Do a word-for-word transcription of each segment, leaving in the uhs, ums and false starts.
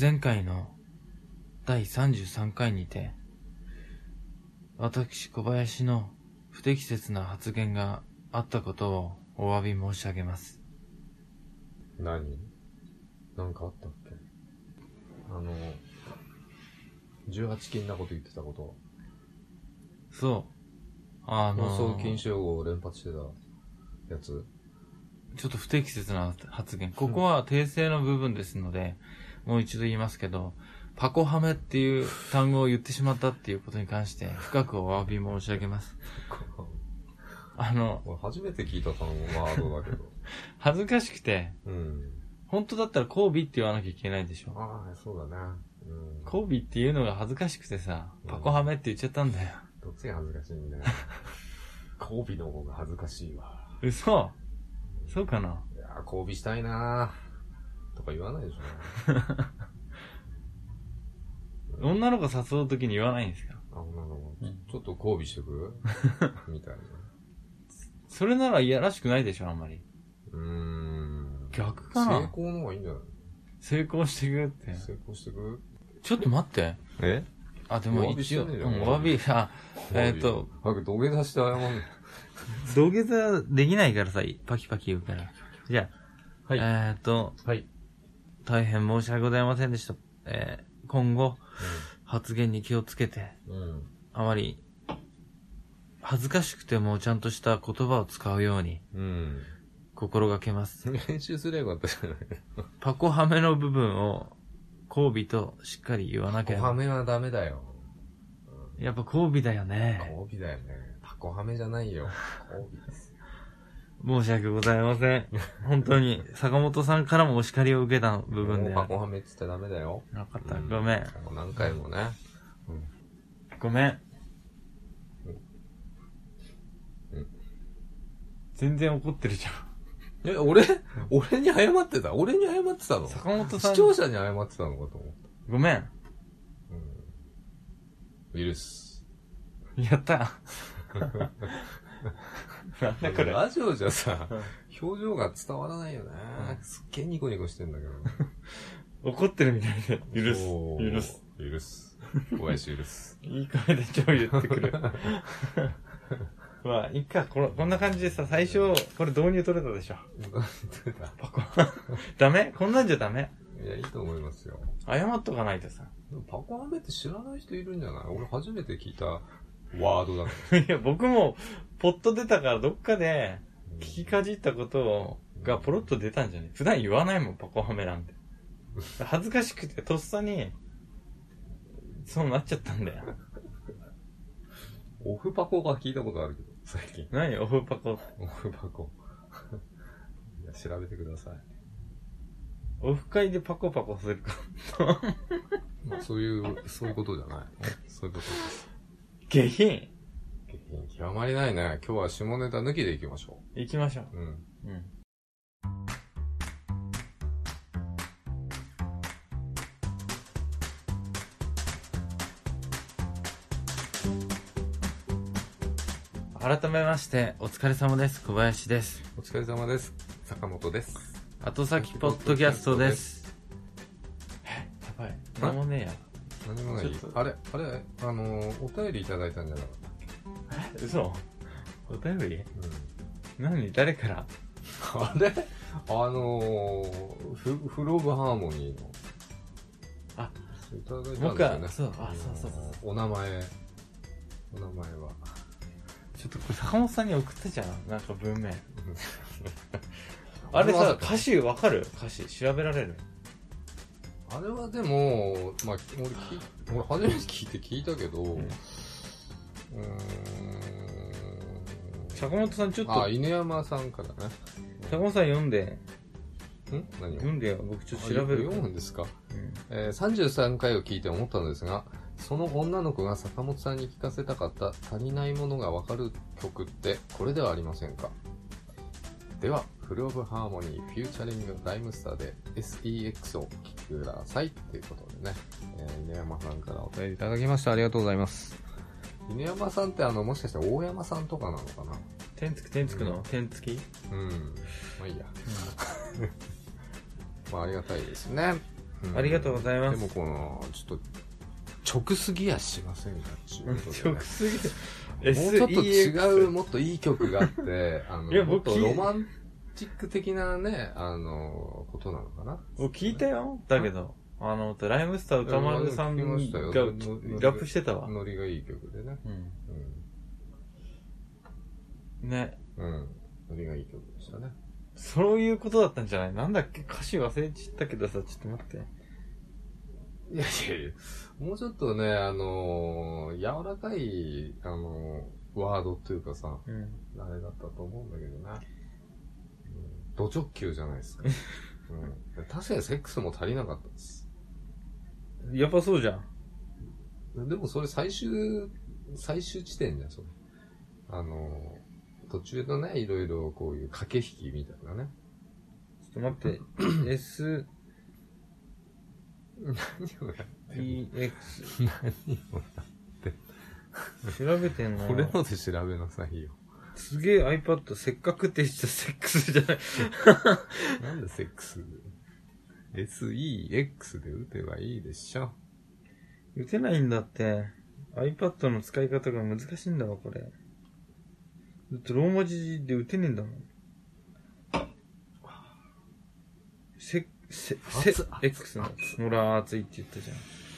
前回のだいさんじゅうさんかいにて、私小林の不適切な発言があったことをお詫び申し上げます。 何？なんかあったっけ？あの、じゅうはち禁なこと言ってたこと。 そう。あのー、 放送禁止用語を連発してたやつ。 ちょっと不適切な発言。ここは訂正の部分ですので、もう一度言いますけど、パコハメっていう単語を言ってしまったっていうことに関して深くお詫び申し上げます。あの、 初めて聞いた単語ワードだけど。 恥ずかしくて、 うん、 本当だったら交尾って言わなきゃいけないでしょ。 ああ、そうだね。 うん、交尾っていうのが恥ずかしくてさ、パコハメって言っちゃったんだよ。 どっちが恥ずかしいんだよ。交尾の方が恥ずかしいわ。 嘘？そうかな？ いやー、交尾したいなーとか言わないでしょ。 女の子誘うときに言わないんですか？ あ、女の子、うん、ちょっと交尾してくみたいな。 それならいやらしくないでしょ、あんまり。 うーん。 逆かな？ 成功の方がいいんじゃない？ 成功してくって。 成功してく？ ちょっと待って。 え？ あ、でも一応、お詫び、あ、えっと。 早く土下座して謝る。 土下座できないからさ、パキパキ言うから。じゃあ、はい、えっと、 はい。 大変申し訳ございませんでした。えー、今後、うん、発言に気をつけて、うん、あまり、恥ずかしくてもちゃんとした言葉を使うように、うん、心がけます。 練習すればよかったじゃない。 パコハメの部分を、交尾としっかり言わなきゃ。 パコハメはダメだよ。 うん、やっぱ交尾だよね。 交尾だよね。パコハメじゃないよ。交尾ですよ。 申し訳ございません。本当に、坂本さんからもお叱りを受けた部分で。 パコハメって言ったらダメだよ。 なかった。ごめん。 何回もね。 うん、ごめん。うん。全然怒ってるじゃん。 え、俺俺に謝ってた俺に謝ってたの？ 坂本さん。 視聴者に謝ってたのかと思った。 ごめん。 うん。許す。 やった。なんだこれ。 ラジオじゃさ、表情が伝わらないよね。すっげえニコニコしてんだけど。 怒ってるみたいで。許す。許す。 許す。小林許す。 いい声で超言ってくる。まあ、いっか、この、こんな感じでさ、最初、これ導入取れたでしょ。 取れた。 パコ。ダメ？こんなんじゃダメ？ いや、いいと思いますよ。 謝っとかないとさ。 でもパコハメって知らない人いるんじゃない？俺初めて聞いたワードだから。 いや、僕も、ポッと出たからどっかで、聞きかじったことを、がポロッと出たんじゃない？普段言わないもん、パコハメなんて。恥ずかしくて、とっさに、そうなっちゃったんだよ。 オフパコが聞いたことあるけど、最近。 何オフパコ？ オフパコ。いや、調べてください。 オフ会でパコパコするか。 まあ、そういう、そういうことじゃない。そういうことです。 下品。 下品極まりないね。今日は下ネタ抜きでいきましょう。行きましょう。 うん。うん。 改めまして、お疲れ様です。小林です。 お疲れ様です。坂本です。 後先ポッドキャストです。え、やばい。何もねえや。 何もない。あれ、あれ、あのー、お便りいただいたんじゃなかったっけ？え、嘘？お便り？うん。何？誰から？ あれあのー、フ、フロブハーモニーの。 あ、 いただいたんですよね。 そう、あ、そうそうそう。 お名前、お名前は。 ちょっとこれ坂本さんに送ったじゃん。なんか文面。あれさ、歌詞わかる？歌詞調べられる？ あれはでも、まあ、俺き、俺初めて聞いて聞いたけど、うん、うーん。 坂本さんちょっと。 あ、犬山さんからね。 坂本さん読んで。 ん？何を？ 読んでよ。僕ちょっと調べる。 読むんですか？うん、えー、さんじゅうさんかいを聞いて思ったのですが、その女の子が坂本さんに聞かせたかった足りないものがわかる曲ってこれではありませんか？では、フルオブハーモニーフューチャリングライムスターで エスイーエックス をお聴きくださいということでね、えー、犬山さんからお便りいただきました。ありがとうございます。犬山さんってあの、もしかして大山さんとかなのかな？ 天竺天竺の、うん、天付き？ うん。まあいいや。うん、まあありがたいですね。 ありがとうございます。 でもこの、ちょっと、直すぎやしませんか直すぎる。もうちょっと違う、もっといい曲があって、あの、 いやもっとロマンチック的なね、あの、ことなのかな。 もう聞いたよ。だけど、あの、ライムスター歌丸さんがラップしてたわ。 ノリがいい曲でね。 うん。 うん、 ね。 うん。ノリがいい曲でしたね。 そういうことだったんじゃない？なんだっけ歌詞忘れちゃったけどさ、ちょっと待って。 いやいやいや、もうちょっとね、あのー、柔らかい、あのー、ワードっていうかさ、うん、あれだったと思うんだけどね。うん、ド直球じゃないですか。うん、確かにセックスも足りなかったです。 やっぱそうじゃん。でもそれ最終、最終地点じゃん、それ。あのー、途中のね、いろいろこういう駆け引きみたいなね。 ちょっと待って、S、 何をやってんのイーエックス。 何をやってんの調べてんのこれので調べなさいよ。 すげえ iPad せっかくって言ったセックスじゃない。 なんでセックス エスイーエックス で打てばいいでしょ。 打てないんだって。iPad の使い方が難しいんだわ、これ。だってローマ字で打てねえんだもん。せ、せ、せ、X の。ほら、熱いって言ったじ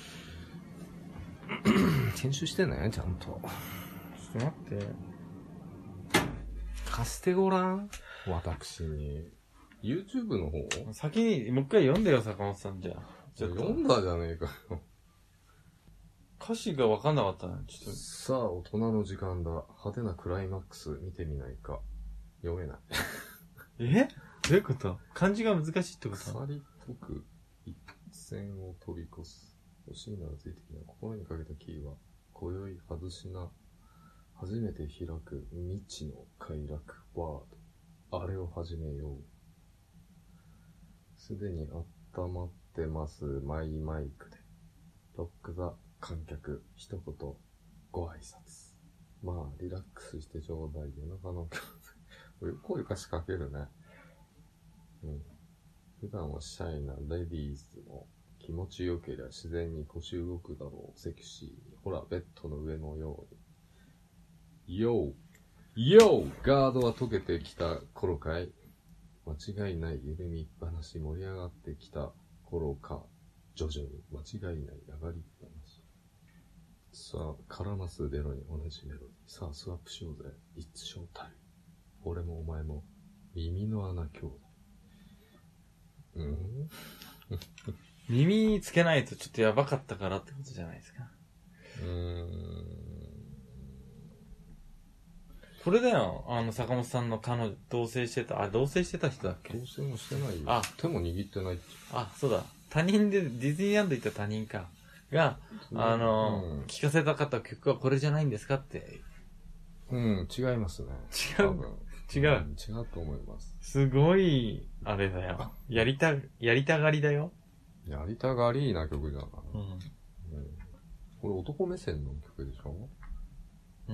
ゃん。研修してないちゃんと。ちょっと待って。 貸してごらん私に。YouTube の方先に、もう一回読んでよ、坂本さんじゃあ。 ちょっと読んだじゃねえかよ。 歌詞が分かんなかったな、ちょっと。 さあ、大人の時間だ。派手なクライマックス見てみないか。読めない。 えどういうこと？漢字が難しいってこと？ 鎖解く一線を飛び越す。欲しいならついてきな。心にかけたキーは、今宵外しな。初めて開く未知の快楽ワード。あれを始めよう。すでに温まってますマイマイクで。ロックザ観客一言ご挨拶。まあリラックスしてちょうだい夜中の今日こういう歌詞書けるね。うん。普段はシャイなレディースも気持ちよければ自然に腰動くだろうセクシーに。ほらベッドの上のように。ヨーヨーガードは溶けてきた頃かい。間違いない緩みっぱなし盛り上がってきた頃か。徐々に間違いない上がりっぱなし。さあ、絡ますベロに同じメロディー。さあ、スワップしようぜ。It's show time。俺もお前も耳の穴兄弟。うん耳つけないとちょっとやばかったからってことじゃないですか。 うーん。 これだよ。あの、坂本さんの彼女、同棲してた、あ、同棲してた人だっけ？ 同棲もしてないよ。 あ、 手も握ってないって。 あ、そうだ。他人で、ディズニーランド行った他人か。が、あの、うん、聞かせたかった曲はこれじゃないんですかって。 うん、違いますね。 違う。違う、うん。 違うと思います。 すごい、あれだよ。やりた、やりたがりだよ。 やりたがりな曲じゃない。 うん。うん、 これ男目線の曲でしょ？ うん。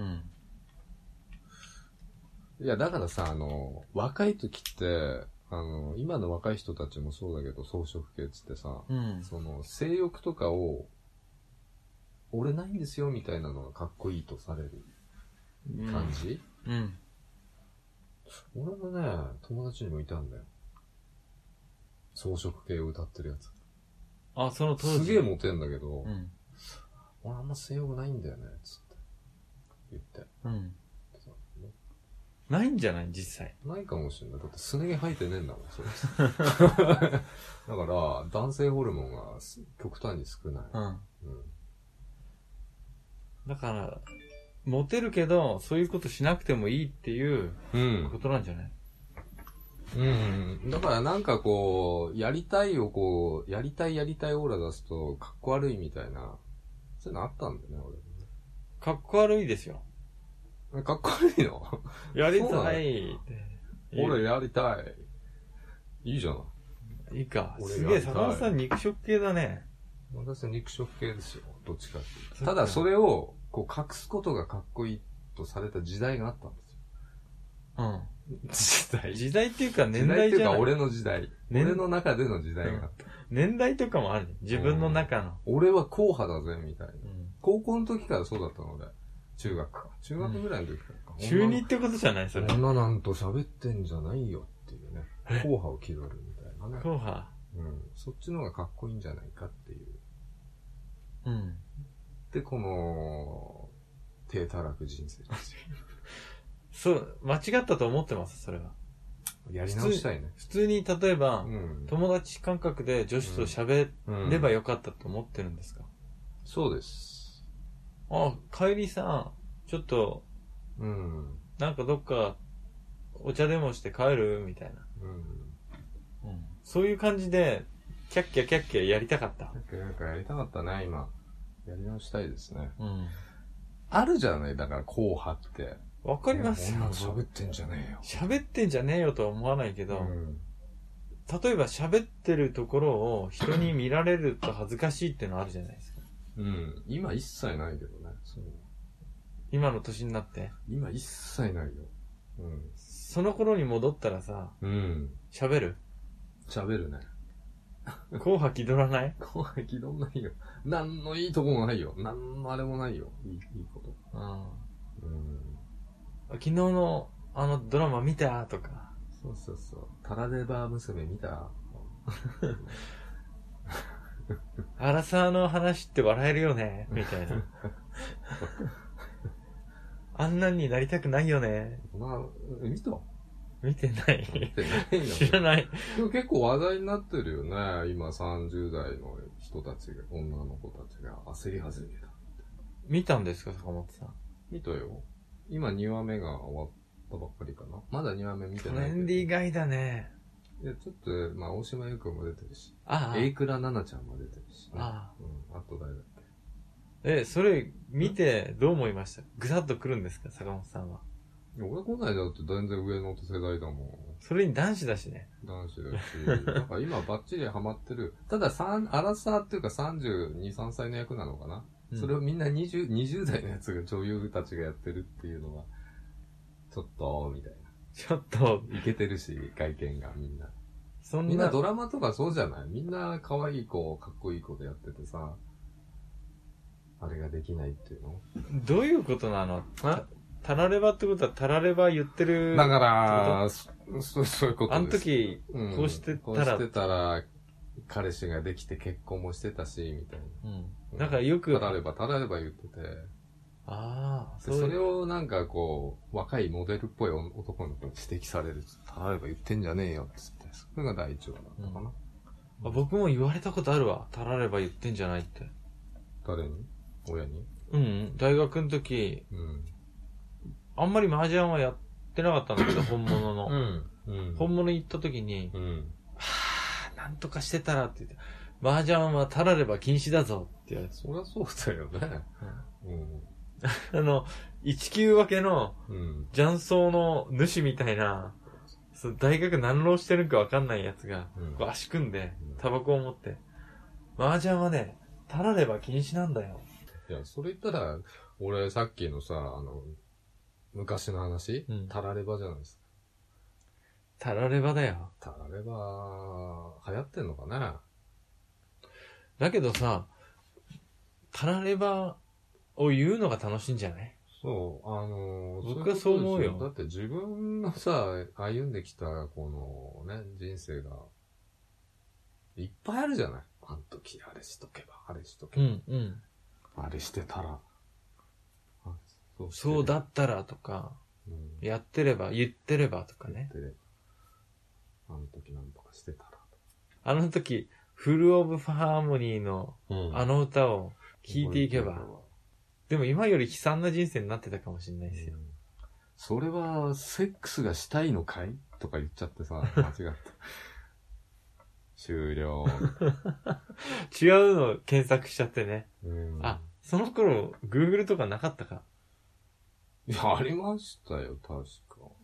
いや、だからさ、あの、若い時って、あの、今の若い人たちもそうだけど、草食系っつってさ、 うん、 その、性欲とかを、俺ないんですよ、みたいなのがかっこいいとされる感じ、 うん、うん。 俺もね、友達にもいたんだよ。草食系を歌ってるやつ。 あ、その当時。 すげえモテんだけど、 うん、 俺あんま性欲ないんだよね、つって言って。 うん。ないんじゃない実際。 ないかもしれない。だってすね毛生えてねえんだもん、それ。だから、男性ホルモンが極端に少ない。 うん。うん、だから、モテるけど、そういうことしなくてもいいっていうことなんじゃない？ うん。うん。だからなんかこう、やりたいをこう、やりたいやりたいオーラ出すと、かっこ悪いみたいな、そういうのあったんだよね、俺。 かっこ悪いですよ。 かっこ悪いの？ やりたいって。 俺やりたい。いいじゃない。 いいか。すげえ、坂本さん肉食系だね。 私は肉食系ですよ。どっちかっていうと。ただそれを、こう隠すことがかっこいいとされた時代があったんですよ。 時代。 時代っていうか年時代っていうか代じゃない。 俺の時代。 年俺の中での時代があった。 年代とかもあるね。自分の中の。 俺は硬派だぜ、みたいな。 うん、 高校の時からそうだったので。中学か。中学ぐらいの時からか。 中二ってことじゃないそれ。 女なんと喋ってんじゃないよっていうね。硬派を気取るみたいなね。 硬派。 うん。そっちの方がかっこいいんじゃないかっていう。 うん。 で、この、低たらく人生ですよ。 そう、間違ったと思ってます、それは。 やり直したいね。 普通に、例えば、 うん、 友達感覚で女子と喋ればよかったと思ってるんですか、うん、 そうです。 あ、帰りさ、ちょっと、 うん。 なんかどっか、お茶でもして帰るみたいな、うんうん。そういう感じで、キャッキャキャッキャやりたかった。 キャッキャキャッキャやりたかったね、今。やり直したいですね。 うん。 あるじゃない、だから、硬派って。 わかりますよ。 女喋ってんじゃねえよ。 喋ってんじゃねえよとは思わないけど、うん、例えば喋ってるところを人に見られると恥ずかしいっていうのあるじゃないですか。 うん。今一切ないけどね。そう今の年になって。 今一切ないよ。うん。 その頃に戻ったらさ、うん。喋る喋るね。 硬派気取らない硬派気取んないよ。なんのいいとこもないよ。なんのあれもないよ。いい、いいこと。うん。 うん昨日のあのドラマ見たとか。 そうそうそう。タラレバ娘見たアラサーの話って笑えるよねみたいな。あんなんになりたくないよね。 まあ、見た見てない。 見てないよ。 知らない。 でも結構話題になってるよね。今さんじゅう代の人たちが、女の子たちが焦り始めた。 見たんですか、坂本さん。 見たよ。今にわめが終わったばっかりかな。まだにわめ見てないけど。 トレンディー外だね。 いや、ちょっと、まあ、大島優子も出てるし。 ああ。 エイクラナナちゃんも出てるし、ね。 ああ。 うん。あと誰だっけ。 え、それ見てどう思いましたぐさっと来るんですか坂本さんは。 俺こないだって全然上の世代だもん。 それに男子だしね。 男子だし。なんか今バッチリハマってる。ただ三、アラサーっていうかさんじゅうに、さんさいの役なのかな、うん、それをみんなにじゅう、にじゅう代のやつが女優たちがやってるっていうのは、ちょっと、みたいな。 ちょっと。 いけてるし、外見がみんな。 そんな。 みんなドラマとかそうじゃないみんな可愛い子、かっこいい子でやっててさ、あれができないっていうのどういうことなのた、たらればってことは、たられば言ってる。 だから、そ、そういうことです。 あの時、こうしてたら、 うん、こうしてたら、彼氏ができて結婚もしてたし、みたいな。 うん。だからよく。 たられば、たられば言ってて。 ああ、 そう。それをなんかこう、若いモデルっぽい男の子に指摘される。たられば言ってんじゃねえよ、つって。それが第一話だったかな、 うん。あ僕も言われたことあるわ。たられば言ってんじゃないって。 誰に親にうん、大学の時、 うん、 あんまり麻雀はやってなかったんだけど、本物の。 うんうん、本物行った時に、 うん、 はぁ、なんとかしてたらって言って、麻雀はたられば禁止だぞって言われて。 そりゃそうだよね。 うん、あの、一級分けの、雀荘の主みたいな、そう、大学何浪してるか分かんないやつが、うん、こう足組んで、タバコを持って、麻雀はね、たられば禁止なんだよ。 いや、それ言ったら、俺さっきのさ、あの、昔の話、うん、たらればじゃないですか。 たらればだよ。 たられば、流行ってんのかね。 だけどさ、たらればを言うのが楽しいんじゃない？ そう、あのー、僕はそう思うよ。 だって自分のさ、歩んできたこのね、人生が、いっぱいあるじゃない。あの時あれしとけば、あれしとけば。 うんうん。 あれしてたら。 そう、そうだったらとか、うん、やってれば、言ってればとかね。言ってれば。あの時なんとかしてたら。 あの時、フルオブハーモニーの、あの歌を聴いていけば、うん、でも今より悲惨な人生になってたかもしれないですよ。うん、 それは、セックスがしたいのかいとか言っちゃってさ、間違った。終了。 違うの検索しちゃってね。 うん、 あ、その頃、Google とかなかったか。 いや、ありましたよ、確か。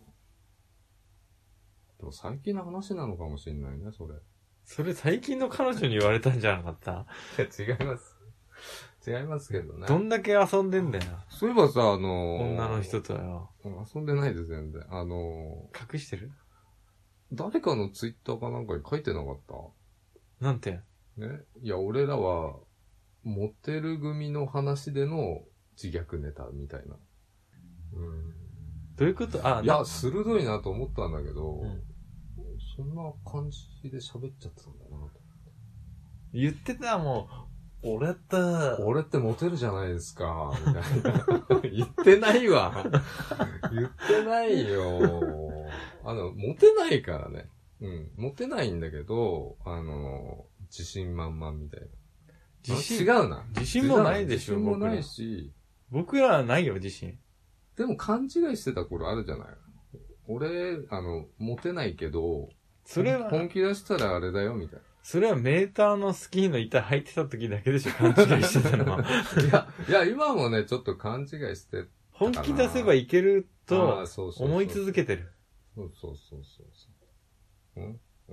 でも最近の話なのかもしれないね、それ。 それ最近の彼女に言われたんじゃなかった？ いや、違います。 違いますけどね。 どんだけ遊んでんだよ。 そういえばさ、あのー、 女の人とはよ。 遊んでないです、全然。あのー、隠してる？ 誰かのツイッターかなんかに書いてなかった？ なんて？ ね。いや、俺らは、モテる組の話での自虐ネタみたいな。うん。 どういうこと？あ、 いや、鋭いなと思ったんだけど、 うん、 そんな感じで喋っちゃってたんだなと。 言ってたもん。俺って、 俺ってモテるじゃないですか、みたいな。言ってないわ。言ってないよ。あの、モテないからね。うん。モテないんだけど、あの、自信満々みたいな。自信違うな。 自信もないでしょ。 自信もないし。 僕らはないよ、自信。 でも勘違いしてた頃あるじゃない。俺、あの、モテないけど、 それは、 本気出したらあれだよ、みたいな。 それはメーターのスキーの板入ってた時だけでしょ、勘違いしてたのは。 いや、いや、今もね、ちょっと勘違いしてた。 本気出せばいけると、思い続けてる。 そうそうそうそうそう。うんうん。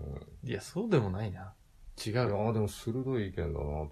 いや、そうでもないな。違う。いやーでも鋭い意見だなと思って。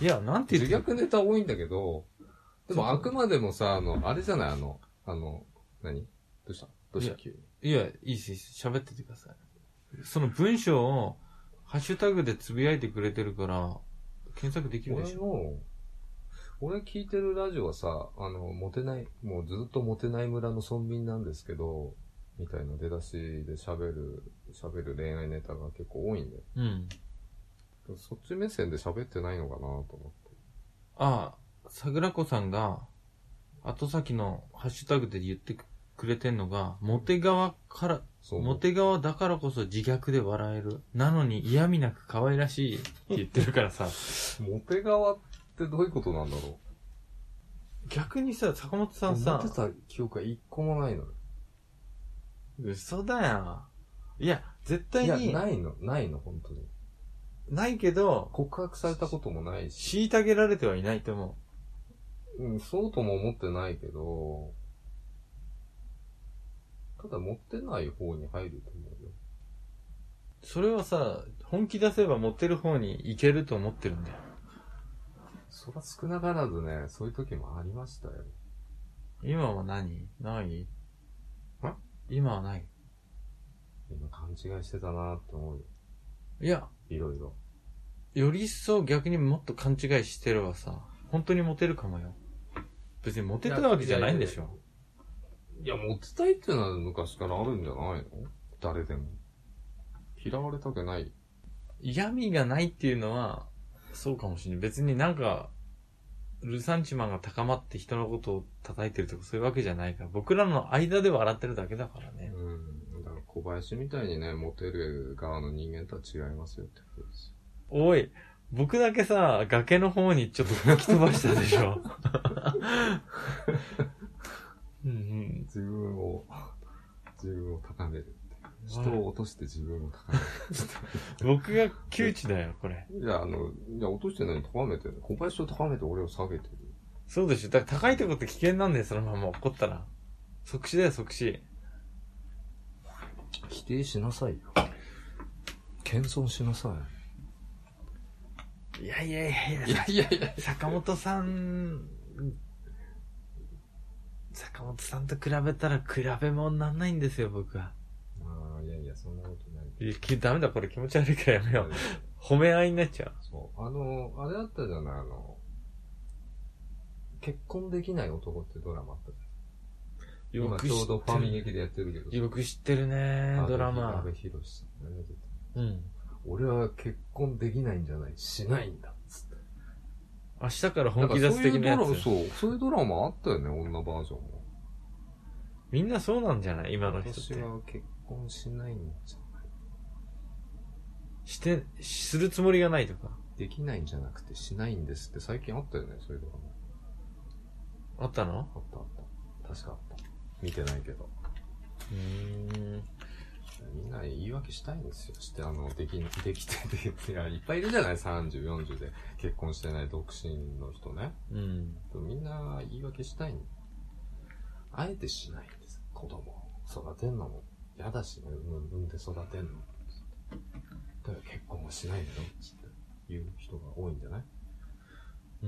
いや、なんて言って自虐ネタ多いんだけど、でもあくまでもさ、あの、あれじゃない、あの、あの、何どうしたどうした急に。 いや、いいっす、いいっす。喋っててください。その文章を、ハッシュタグでつぶやいてくれてるから、検索できるでしょ。 俺も、俺聞いてるラジオはさ、あの、モテない、もうずっとモテない村の村民なんですけど、みたいな出だしで喋る、喋る恋愛ネタが結構多いんだよ。 うん。 そっち目線で喋ってないのかなと思って。 ああ、桜子さんが、後先のハッシュタグで言ってくれてんのが、モテ側から、モテ側だからこそ自虐で笑える。なのに嫌味なく可愛らしいって言ってるからさ。 モテ側ってどういうことなんだろう。逆にさ、坂本さんさ。 モテた記憶が一個もないの。 嘘だよ。いや、絶対に。 いや、ないの、ないの、本当に。 ないけど、 告白されたこともないし。虐げられてはいないと思う。うん、そうとも思ってないけど、ただ持ってない方に入ると思うよ。 それはさ、本気出せば持ってる方に行けると思ってるんだよ。 そら少なからずね、そういう時もありましたよ。 今は何？ないは？ 今はない。 今勘違いしてたなって思うよ。 いや、 いろいろ。 より一層逆にもっと勘違いしてればさ、本当にモテるかもよ。別にモテたわけじゃないんでしょ。 いや、モテたいっていうのは昔からあるんじゃないの？誰でも。嫌われたくない。 嫌味がないっていうのは、そうかもしれない。別になんか、ルサンチマンが高まって人のことを叩いてるとかそういうわけじゃないから、僕らの間で笑ってるだけだからね。 うん。だから小林みたいにね、モテる側の人間とは違いますよってことです。 おい、僕だけさ、崖の方にちょっと吹き飛ばしたでしょ。 うんうん、自分を、自分を高める。人を落として自分を高める。 僕が窮地だよ、これ。 いや、あの、いや、落としてないの高めてる。小林を高めて俺を下げてる。 そうでしょ。だから高いとこって危険なんだよ、そのまま怒ったら。即死だよ、即死。 否定しなさいよ。謙遜しなさい。いやいやいやいや。 いやいやいや。 坂本さん、坂本さんと比べたら比べ物なんないんですよ、僕は。 ああ、いやいや、そんなことない。 いや、ダメだ、これ気持ち悪いからやめよう。褒め合いになっちゃう。 そう。あの、あれあったじゃない、あの、結婚できない男ってドラマあったじゃん。今ちょうどファミ劇でやってるけど。 よく知ってるね、ドラマ。 阿部寛さんね。 うん。 俺は結婚できないんじゃない、しないんだ。つって。 明日から本気出す的なやつ。 そう、そういうドラマあったよね、女バージョンも。 みんなそうなんじゃない今の人って。 私は結婚しないんじゃない。 して、するつもりがないとか。 できないんじゃなくてしないんですって最近あったよね、そういうドラマ。あったの？ あったあった。確かあった。見てないけど。 うーん。 みんな言い訳したいんですよ。して、あの、でき、できてて、いや、いっぱいいるじゃない ?さんじゅう、よんじゅうで結婚してない独身の人ね。 うん。 みんな言い訳したいんあえてしないんです。子供育てんのも嫌だしね、産んで育てんの。だから結婚はしないでよ、つって言う人が多いんじゃない？ うん。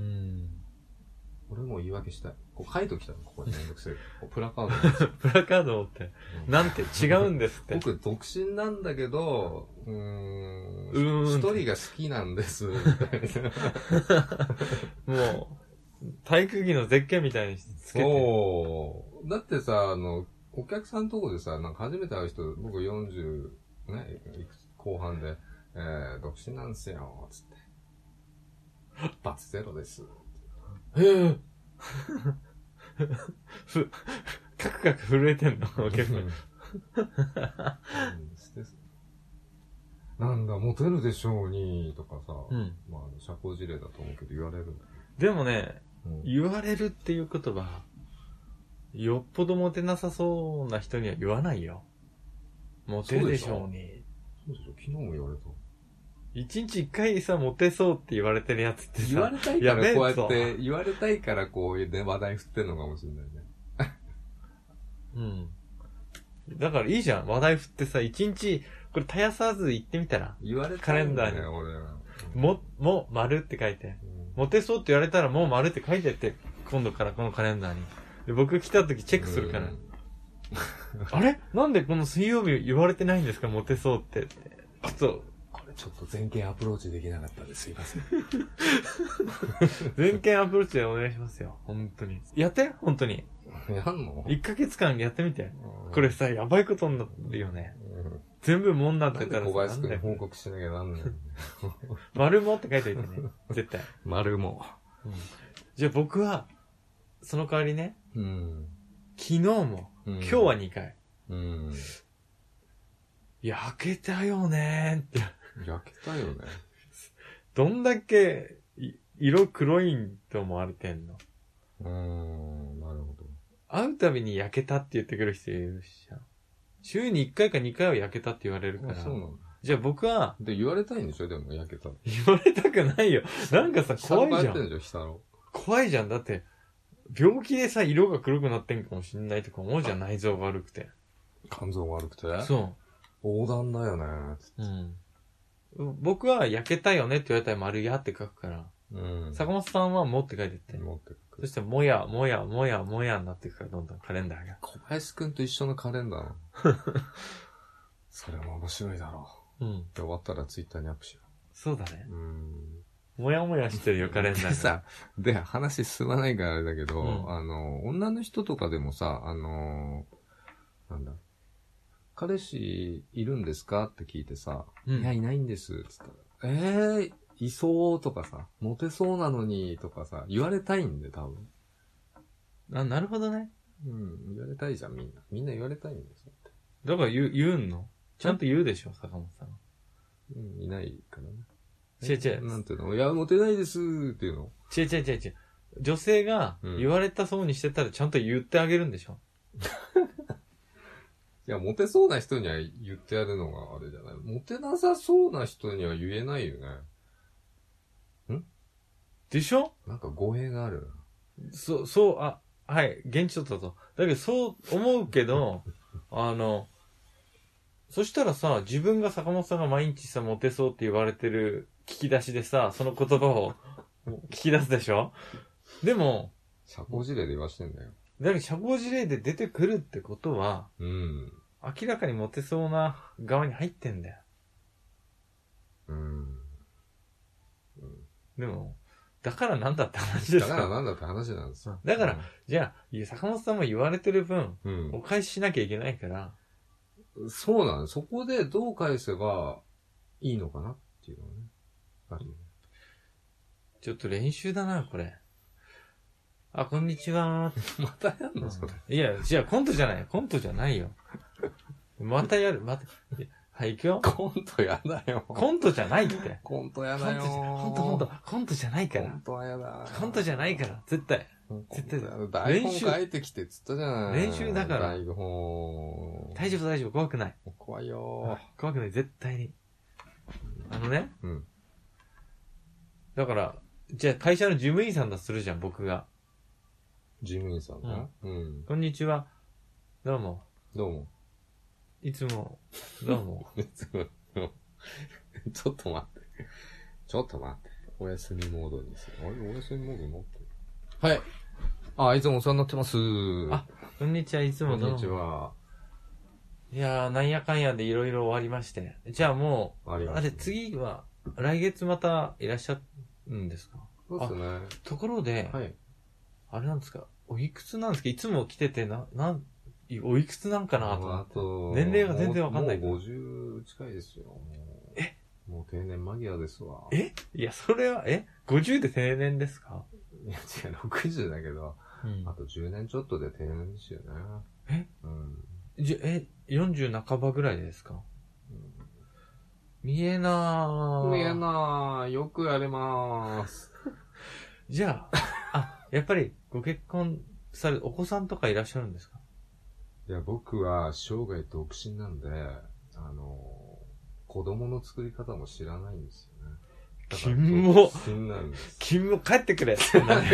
俺も言い訳したい。こう書いときたの、ここにめんどくせえ。プラカード。 プラカード持って。うん、なんて違うんですって。 僕、独身なんだけど、うーん。 うーん。 一人が好きなんです。もう、体育着の絶景みたいにつけて。 そう。だってさ、あの、お客さんのとこでさ、なんか初めて会う人、僕よんじゅう、ね、いくつ後半で、えー、独身なんすよ、つって。一発ゼロです。 へぇふ、カクカク震えてんのお客さん。 なんだ、モテるでしょうに、とかさ、 うん、 まあ、社交辞令だと思うけど言われるんだ。 でもね、 うん、 言われるっていう言葉、よっぽどモテなさそうな人には言わないよ。モテるでしょうに。 そうでしょ、昨日も言われた。 一日一回さ、モテそうって言われてるやつってさ。 言われたいからこうやって、言われたいからこういうね、話題振ってんのかもしれないね。 うん。だからいいじゃん。話題振ってさ、一日、これ絶やさず言ってみたら。 言われたいんだよ、カレンダーに。 俺は。も、も、丸って書いて。うん、モテそうって言われたらもう丸って書いてって、今度からこのカレンダーに。で僕来た時チェックするから。あれなんでこの水曜日言われてないんですかモテそうって。そう。 ちょっと全件アプローチできなかったですいません。 全件アプローチでお願いしますよ。本当に。やって本当に。 やんの ? いっ ヶ月間やってみて。これさ、やばいことになるよね。うん、全部もんなってたらさ。 小林くんに報告しなきゃなんない。 丸もって書いておいてね。絶対。 丸も。 うん、じゃあ僕は、その代わりね。 うん、 昨日も、うん、今日はにかい。 うん、 焼けたよねーって。 焼けたよね。 どんだけ、色黒いんと思われてんの？ うーん、なるほど。 会うたびに焼けたって言ってくる人いるしさ。週にいっかいかにかいは焼けたって言われるから。 そうなの。 じゃあ僕は。 で、言われたいんでしょでも焼けた。 言われたくないよ。なんかさ、怖いじゃん。 んでしょ怖いじゃん。だって、病気でさ、色が黒くなってんかもしんないとか思うじゃん。内臓が悪くて。 肝臓が悪くてそう。 横断だよね。 うん。僕は焼けたよねって言われたら丸やって書くから。 うん。 坂本さんはもって書いてって。 もって書く。 そしてもや、もや、もや、もやになっていくから、どんどんカレンダーが。 小林くんと一緒のカレンダーそれも面白いだろう。うん。終わったらツイッターにアップしよう。そうだね。 うん。 もやもやしてるよ、カレンダーが。 でさ、で、話進まないからあれだけど、うん、あの、女の人とかでもさ、あの、なんだ、彼氏いるんですかって聞いてさ、うん、いや、いないんです。つったら、えー、いそうとかさ、モテそうなのにとかさ、言われたいんで、多分。 あ、なるほどね。 うん、言われたいじゃん、みんな。みんな言われたいんですよ。 だから言う、言うんのちゃんと言うでしょ、坂本さん。 うん、いないからね。 違う違う。 なんていうのいや、モテないですっていうの違う違う違う違う。女性が言われたそうにしてたらちゃんと言ってあげるんでしょ、 うん、いや、モテそうな人には言ってやるのがあれじゃない。モテなさそうな人には言えないよね。んでしょなんか語弊がある。 そう、そう、あ、はい、現地取ったと。だけど、そう思うけど、あの、そしたらさ、自分が坂本さんが毎日さ、モテそうって言われてる聞き出しでさ、その言葉を聞き出すでしょでも、 社交辞令で言わしてんだよ。 だけど、社交辞令で出てくるってことは、 うん。 明らかにモテそうな側に入ってんだよ。 うん。うん、 でも、だからなんだって話ですかだからなんだって話なんですよ。 だから、うん、じゃあ、いや、坂本さんも言われてる分、 うん、 お返ししなきゃいけないから。 そうなの。そこでどう返せばいいのかなっていうのね。あるよね。 ちょっと練習だな、これ。あ、こんにちは。 またやんのそれ。 いや、じゃあコントじゃない。コントじゃないよ。またやる、また。はい、行くよ。 コントやだよ。 コントじゃないって。 コントやだよ。 コント、コント、コントじゃないから。 コントはやだ。 コントじゃないから、絶対。絶対。 台本書いてきてっつったじゃない。 練習だから。 台本。 大丈夫、大丈夫、怖くない。 怖いよ。 怖くない、絶対に。あのね。 うん。 だから、じゃあ会社の事務員さんだとするじゃん、僕が。 事務員さんが、 うん、うん。こんにちは。どうも。 どうも。 いつも、どうも。 ちょっと待って。ちょっと待って。 お休みモードにする。あれ、お休みモードになってる。はい。あ、いつもお世話になってます。 あ、こんにちは、いつもどうも。 こんにちは。 いやー、なんやかんやでいろいろ終わりまして。じゃあもう、あ,、ね、あれ、次は、来月またいらっしゃるんですか？ そうですね。 ところで、はい、あれなんですか、おいくつなんですか？いつも来てて、な、なん、おいくつなんかなと思って。あと年齢が全然わかんない。 もうごじゅう近いですよ。 えもう定年間際ですわ。 えいや、それは、え ?ごじゅう で定年ですか？ いや、違う、ろくじゅうだけど、うん、あとじゅうねんちょっとで定年ですよね。 えうん。じゃ、え、よんじゅう半ばぐらいですか？うん、見えなー。 見えなー。よくやれまーす。 じゃあ、あ、やっぱりご結婚され、お子さんとかいらっしゃるんですか？ いや、僕は生涯独身なんで、あの、子供の作り方も知らないんですよね。 君も、 なんです。 君も帰ってくれ。君も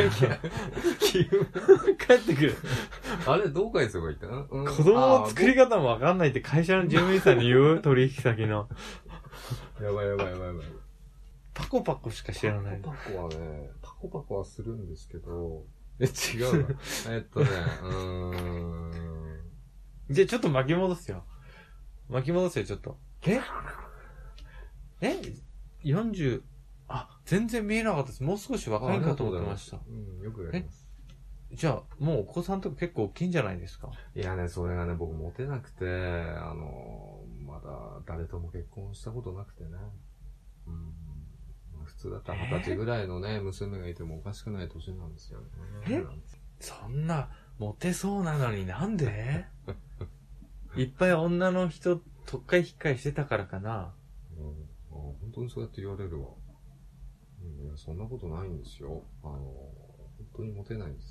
帰ってくれ。 あれ、どう返せばいいかな、うん、 子供の作り方もわかんないって会社の事務員さんに言う取引先の。 やばいやばいやばいやばい。 パコパコしか知らない。 パコパコはね、パコパコはするんですけど、え、違うわ。えっとね、うーん。 じゃあちょっと巻き戻すよ。巻き戻すよ、ちょっと。ええ ?よんじゅう、あ、全然見えなかったです。もう少し若いかと思ってました。 うん、よくやります。 じゃあ、もうお子さんとか結構大きいんじゃないですか？ いやね、それがね、僕モテなくて、あの、まだ誰とも結婚したことなくてね。うん、普通だったら二十歳ぐらいのね、えー、娘がいてもおかしくない年なんですよね。 えそんな、モテそうなのになんでいっぱい女の人、特会引っかいしてたからかな。 うん、あ、本当にそうやって言われるわ。うん、いや、そんなことないんですよ。あの、本当にモテないんです。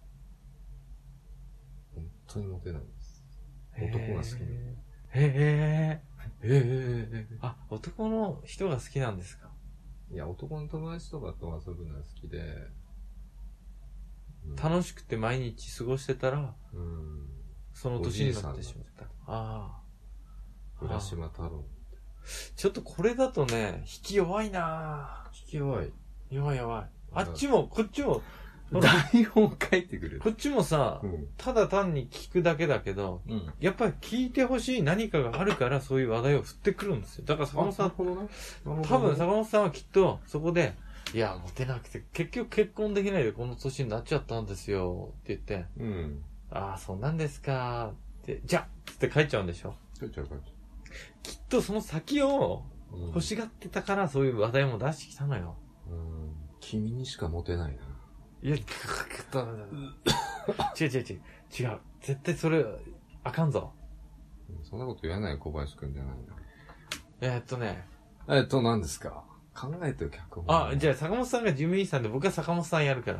本当にモテないんです。男が好きなの。 へえ。へえ。あ、男の人が好きなんですか？ いや、男の友達とかと遊ぶのが好きで、 うん、楽しくて毎日過ごしてたら、うん、その年になってしまった。ああ。浦島太郎。 ちょっとこれだとね、引き弱いなぁ。引き弱い。 弱い弱い。あっちも、こっちも、 台本書いてくれる。 こっちもさ、うん、ただ単に聞くだけだけど、うん、やっぱり聞いてほしい何かがあるからそういう話題を振ってくるんですよ。だから坂本さん、多分坂本さんはきっとそこで、いや、モテなくて、結局結婚できないでこの年になっちゃったんですよ、って言って、うん、ああ、そうなんですか、って、じゃあって帰っちゃうんでしょ？ 帰っちゃう帰っちゃう。 きっとその先を欲しがってたからそういう話題も出してきたのよ。 うん、君にしかモテないな。 いや、違う違う違う。違う。絶対それ、あかんぞ。 そんなこと言わない小林くんじゃないな。 えー、っとね。 えー、っと、何ですか？考えてる脚本。 あ、じゃあ坂本さんが事務員さんで僕は坂本さんやるから。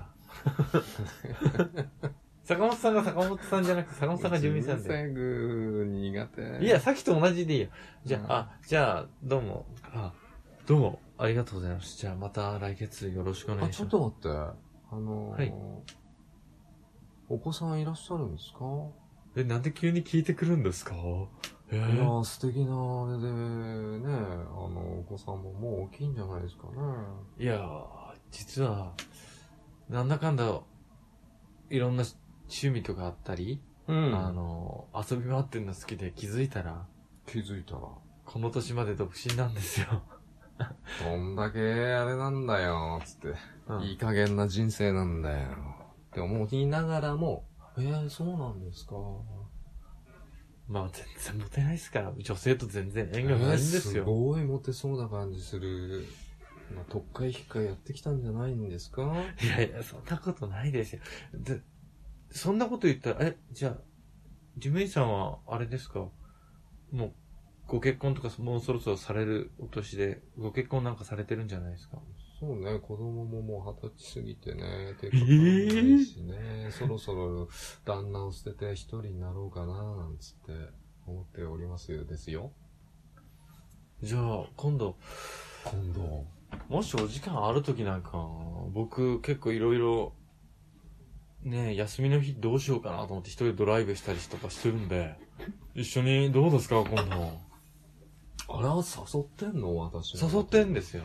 坂本さんが坂本さんじゃなくて坂本さんが事務員さんで。 事務員さん苦手。 いや、さっきと同じでいいよ。じゃあ、うん、あ、じゃあ、どうも。あ、どうも。ありがとうございます。じゃあまた来月よろしくお願いします。 あ、ちょっと待って。あのー、はい、お子さんいらっしゃるんですか？ え、なんで急に聞いてくるんですか？ えー、いやー、素敵なあれで、ね、あの、お子さんももう大きいんじゃないですかね。 いやー、実は、なんだかんだ、いろんな趣味とかあったり、うん、あの、遊び回ってるの好きで気づいたら、 気づいたら、 この年まで独身なんですよ。 どんだけあれなんだよ、つって。うん、いい加減な人生なんだよ。って思いながらも、えー、そうなんですか。 まあ全然モテないですから、女性と全然縁がないんですよ。 えー、すごいモテそうな感じする。まあ、特会引っかいやってきたんじゃないんですか？ いやいや、そんなことないですよ。で、そんなこと言ったら、え、じゃあ、事務員さんはあれですか？もう、ご結婚とかもうそろそろされるお年で、ご結婚なんかされてるんじゃないですか？ そうね、子供ももう二十歳過ぎてね、手かかんないしね、えー、そろそろ旦那を捨てて一人になろうかな、なんつって思っておりますよ、ですよ。 じゃあ、今度、 今度、 もしお時間あるときなんか、僕結構いろいろ、ね、休みの日どうしようかなと思って一人ドライブしたりとかしてるんで、一緒にどうですか、今度。 あら、誘ってんの？私。 誘ってんですよ。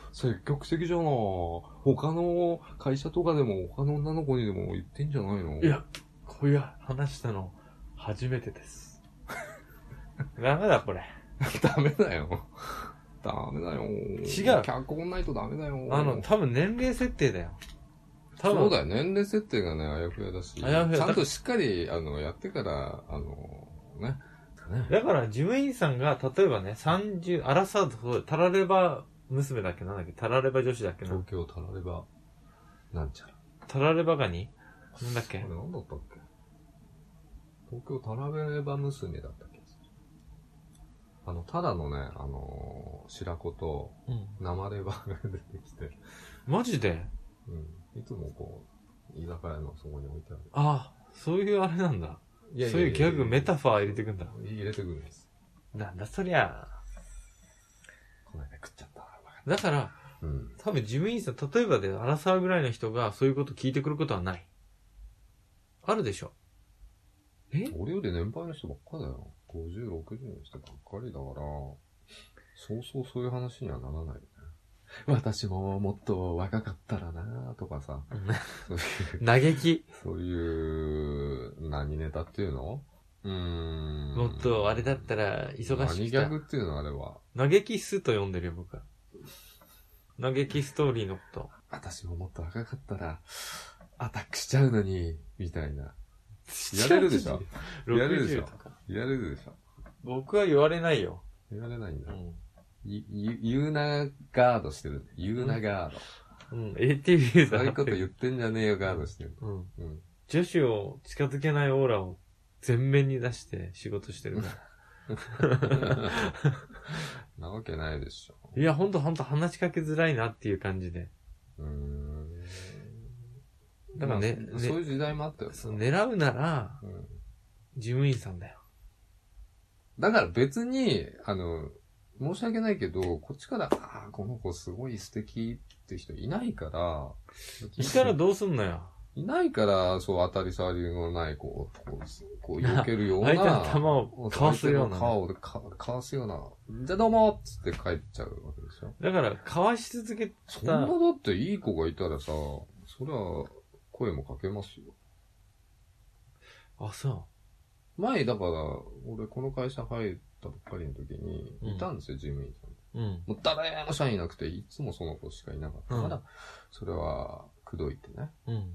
積極的じゃな。他の会社とかでも他の女の子にでも言ってんじゃないの？ いや、こういう話したの初めてです。ダメだこれ。 ダメだよ。ダメだよ。 違う。 脚本ないとダメだよ。 あの、多分年齢設定だよ。多分そうだよ。年齢設定がね、あやふやだし。 あやふやちゃんとしっかり、あの、やってから、あの、ね。ねだから、事務員さんが、例えばね、さんじゅう、アラサード、タラレバ娘だっけなんだっけタラレバ女子だっけな東京タラレバ、なんちゃら。 タラレバガニなんだっけあれなんだったっけ東京タラレバ娘だったっけあの、ただのね、あのー、白子とうん。 生レバーが出てきて、 マジでうん。いつもこう、居酒屋のそこに置いてある。 ああ、そういうあれなんだ。 いやいやいやそういうギャグ、メタファー入れてくんだ。 入れてくるんです。 なんだそりゃ。 この間食っちゃった。 だから、 うん。 多分事務員さん、例えばで、アラサーぐらいの人がそういうこと聞いてくることはない。あるでしょ。え俺より年配の人ばっかだよ。ごじゅう、ろくじゅうの人ばっかりだから、そうそうそういう話にはならないよね。私ももっと若かったらなとかさ、そういう、 嘆き。 そういう、何ネタっていうのうーん。 もっとあれだったら忙しく何て。 ギャグっていうのあれは。 嘆きスと呼んでるよ、僕は。嘆きストーリーのこと。 私ももっと若かったら、アタックしちゃうのに、みたいな。やれるでしょやれるでしょろくじゅうとかやれるでしょ僕は言われないよ。 言われないんだ。 うん。 ゆ、ゆ、言うなガードしてる。言うなガード。 うん。エーティー ユーザー。 そういうこと言ってんじゃねえよガードしてる。 うん。 うん。 女子を近づけないオーラを全面に出して仕事してるから。 なわけないでしょ。 いや、ほんとほんと話しかけづらいなっていう感じで。 うーん。 だからねねまあそういう時代もあったよ。 そう狙うなら、 うん。 事務員さんだよ。 だから別に、あの、申し訳ないけど、こっちから、ああ、この子すごい素敵って人いないから、 いたらどうすんのよ。 いないから、そう当たり障りのない、こう、こう、こう避けるような。 相手の弾をかわすような相手の顔でかかわすような。じゃあどうもっつって帰っちゃうわけでしょ。 だから、かわし続けそんなた。 だっていい子がいたらさ、そりゃ、声もかけますよ。 あ、そ前、だから、俺この会社入ったばっかりの時に、 うんいたんですよ、事務員さん。 う。うん。 もう誰も社員いなくて、いつもその子しかいなかったから、 うんそれは、口説いてね、 うん。 うん、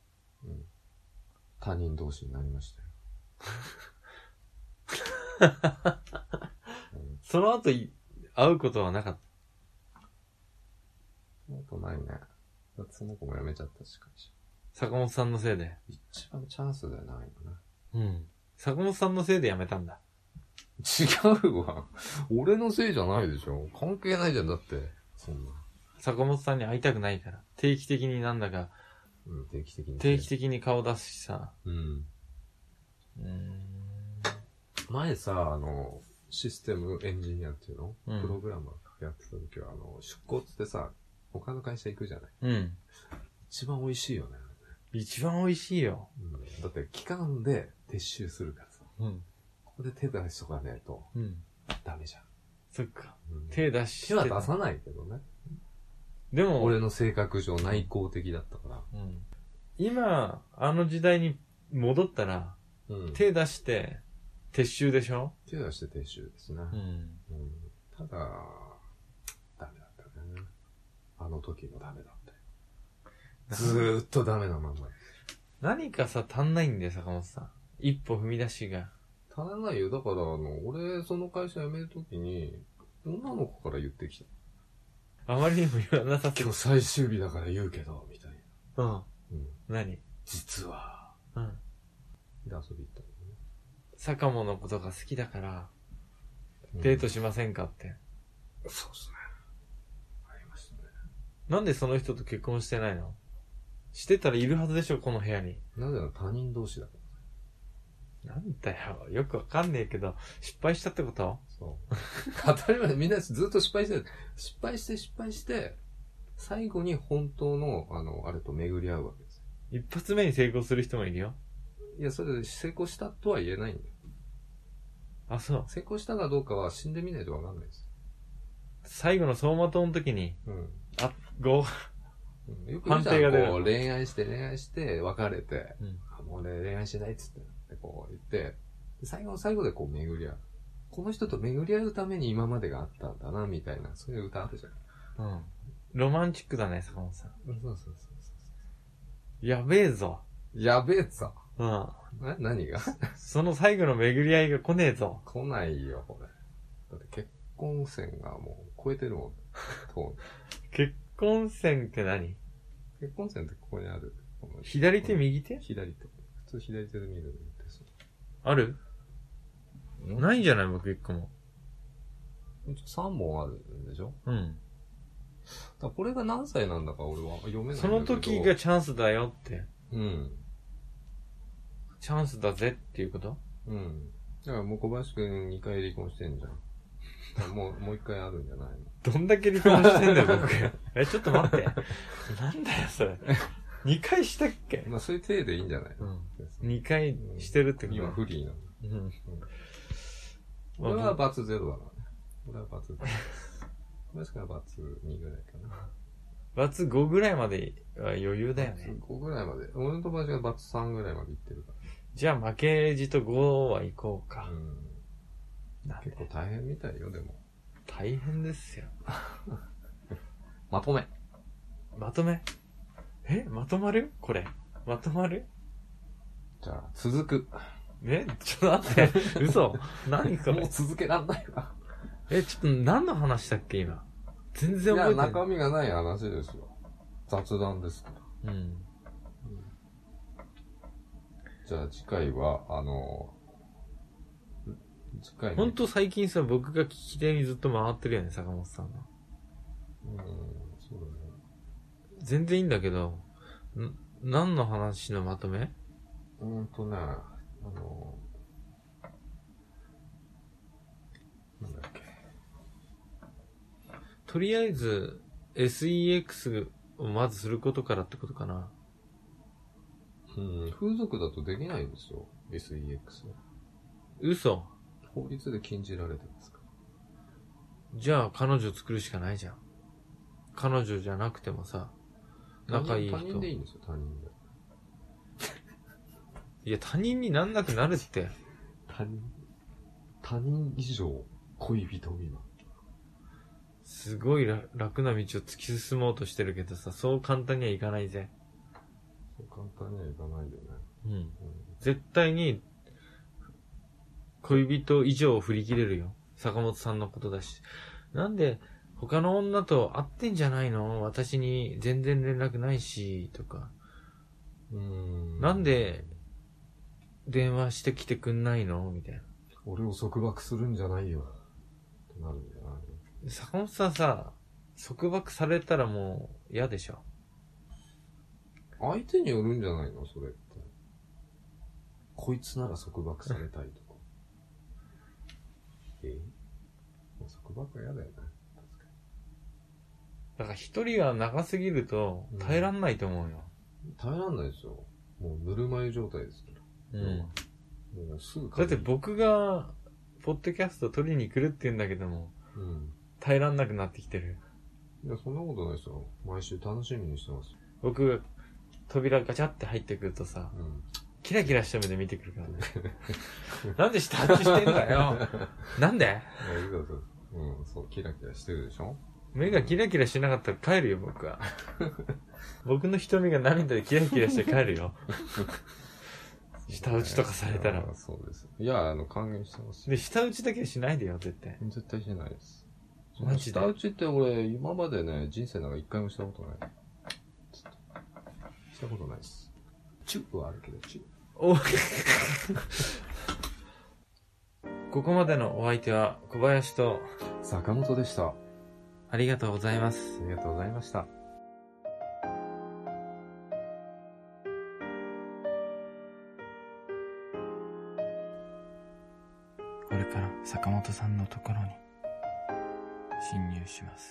他人同士になりましたよ。うん、 その後い、会うことはなかっその子ないね。だってその子も辞めちゃったし、会社。 た。坂本さんのせいで。 一番チャンスだよな、今ね。 うん。坂本さんのせいで辞めたんだ。 違うわ。俺のせいじゃないでしょ。関係ないじゃん、だって。そんな。 坂本さんに会いたくないから。定期的になんだか、 うん、定期的に。 定期的に顔出すしさ。 うん。 うーん。 前さ、あの、システムエンジニアっていうの、 うんプログラマーやってた時は、あの、出向ってさ、他の会社行くじゃない。 うん。 一番美味しいよね。 一番美味しいよ。 うん、だって期間で撤収するからさ。 うん。 ここで手出しとかねえとうん。 ダメじゃん。 そっか。 うん手出して。 手は出さないけどね。 でも、 俺の性格上内向的だったから。 うん。今、あの時代に戻ったら、 うん、 手出して、撤収でしょ手出して撤収ですね。 うん。 うん、ただ、ダメだったね。あの時もダメだったよ。ずーっとダメなまんま。 何かさ、足んないんだよ、坂本さん。一歩踏み出しが。 足らないよ。だから、あの、俺、その会社辞めるときに、女の子から言ってきた。 あまりにも言わなさすぎ今日最終日だから言うけど、みたいな。 うん。 うん。 何実は、 うん。 で遊び行ったんだよね。 坂本のことが好きだから、 うんデートしませんかって。 そうっすね。ありましたね。 なんでその人と結婚してないの？してたらいるはずでしょ、この部屋に。 なぜなら他人同士だかなんだよ、よくわかんねえけど、失敗したってこと？ ら。そう。当たり前、みんなずっと失敗してる。失敗して失敗して、最後に本当の、あの、あれと巡り合うわけですよ。 一発目に成功する人もいるよ。 いや、それで成功したとは言えないんだよ。 あ、そう。 成功したかどうかは死んでみないとわかんないです。 最後の走馬灯の時に、 うん。 ご、 うんよく言うじゃん判定が出るこう恋愛して恋愛して別れて、 うんあもう俺恋愛しないっつってってこう言って、で最後の最後でこう巡り合う。この人と巡り合うために今までがあったんだな、みたいな、そういう歌あるじゃん。 うん。ロマンチックだね、坂本さん。 そうそうそうそやべえぞ。 う。やべえさ。 うん。 な、何がその最後の巡り合いが来ねえぞ。 来ないよ、これ。だって結婚線がもう超えてるもん。と結婚線って何？ 結婚線ってここにある。この左手右手？ 左手。普通左手で見るんですよ。 ある？ないんじゃない僕一個も。 さんぼんあるんでしょ？ うん。 だからこれが何歳なんだか俺は読めないんだそけど。 の時がチャンスだよって。 うん。 チャンスだぜっていうこと？ うん。だからもう小林くんにかい離婚してんじゃん。だからもう、もういっかいあるんじゃないの？ どんだけ離婚してんだよ僕。え、ちょっと待って。なんだよそれ。にかいしたっけ？ まあそういう体でいいんじゃないの？ うん。にかいしてるってこと？ 今フリーなの。 うん。 俺はバツゼロだからね。俺はバツゼロです。小林くんはバツにぐらいかな。 バツごぐらいまでは余裕だよね。 バツごぐらいまで。俺の友達がバツさんぐらいまで行ってるから。 じゃあ負けじとごは行こうか。 うん。 なんで結構大変みたいよ、でも。 大変ですよ。 まとめ。 まとめえまとまるこれ。まとまるじゃあ、続く。 えちょっと待って。嘘何これ。 もう続けらんないわ。 え、ちょっと何の話したっけ今。全然いや、 覚えてない。 中身がない話ですよ。雑談ですから。 うん。 じゃあ次回は、あの、次回ほんと最近さ、僕が聞き手にずっと回ってるよね、坂本さんの。 うん、そうだね。 全然いいんだけど、ん何の話のまとめ？ うーんとね、あの、なんだっけ。 とりあえず エスイーエックス をまずすることからってことかな。 うん、風俗だとできないんですよ、エスイーエックス は。 嘘。 法律で禁じられてますかじゃあ彼女作るしかないじゃん。彼女じゃなくてもさ、 ら。 仲いい人。 他人でいいんですよ、他人で。 いや、他人になんなくなるって。 他人他人以上恋人未満。 すごい楽な道を突き進もうとしてるけどさ、そう簡単にはいかないぜ。 そう簡単にはいかないよね。 うん。 うん、 絶対に、恋人以上を振り切れるよ。坂本さんのことだし。なんで、他の女と会ってんじゃないの？私に全然連絡ないし、とか。 うーん。 なんで、電話してきてくんないの？みたいな。 俺を束縛するんじゃないよ。ってなるんじゃないの？ 坂本さんさ、束縛されたらもう嫌でしょ。 相手によるんじゃないのそれって。こいつなら束縛されたいとか。え束縛は嫌だよね。確かだから一人が長すぎると耐えらんないと思うよ。 に。耐えらんないですよ。もうぬるま湯状態ですから。 うん。 もうすぐだって僕が、ポッドキャスト取りに来るって言うんだけども、 うん。 耐えらんなくなってきてる。 いや、そんなことないですよ。毎週楽しみにしてます。 僕が扉ガチャって入ってくるとさ、 うん。 キラキラした目で見てくるからね。なんで下打ちしてんだよ。なんでいや、いいだと。うん、そう、キラキラしてるでしょ？ 目がキラキラしなかったら帰るよ、僕は。僕の瞳が涙でキラキラして帰るよ。下打ちとかされたら。 そうです。いや、あの、還元してます。 で、下打ちだけはしないでよ、絶対。 絶対しないです。 マジで下打ちって俺、今までね、人生なんか一回もしたことない。したことないです。チューはあるけど、チュー。 おここまでのお相手は小林と坂本でした。あありがとうございます。 りがとうございました。 これから坂本さんのところに侵入します。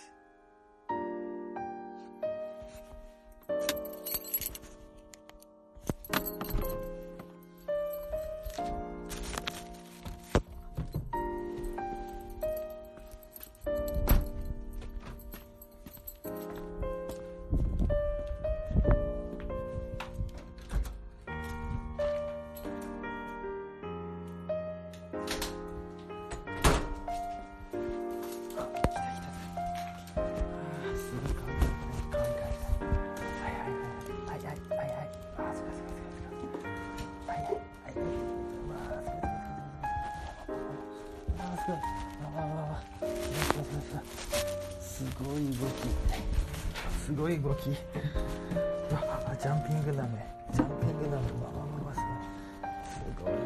すごい。ああ、すごい動き。すごい動き。あ、ジャンピングダメ。ジャンピングダメ。わわわわ、すごい。すごい。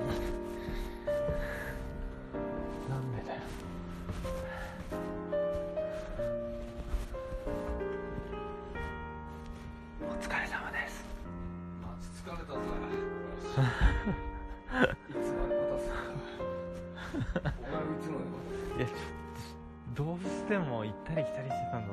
なんでだよ。お疲れ様です。 マジ疲れたぜ。いつまで待たすか。お前打つのよ。 いや、ちょっとどうしても行ったり来たりしてたん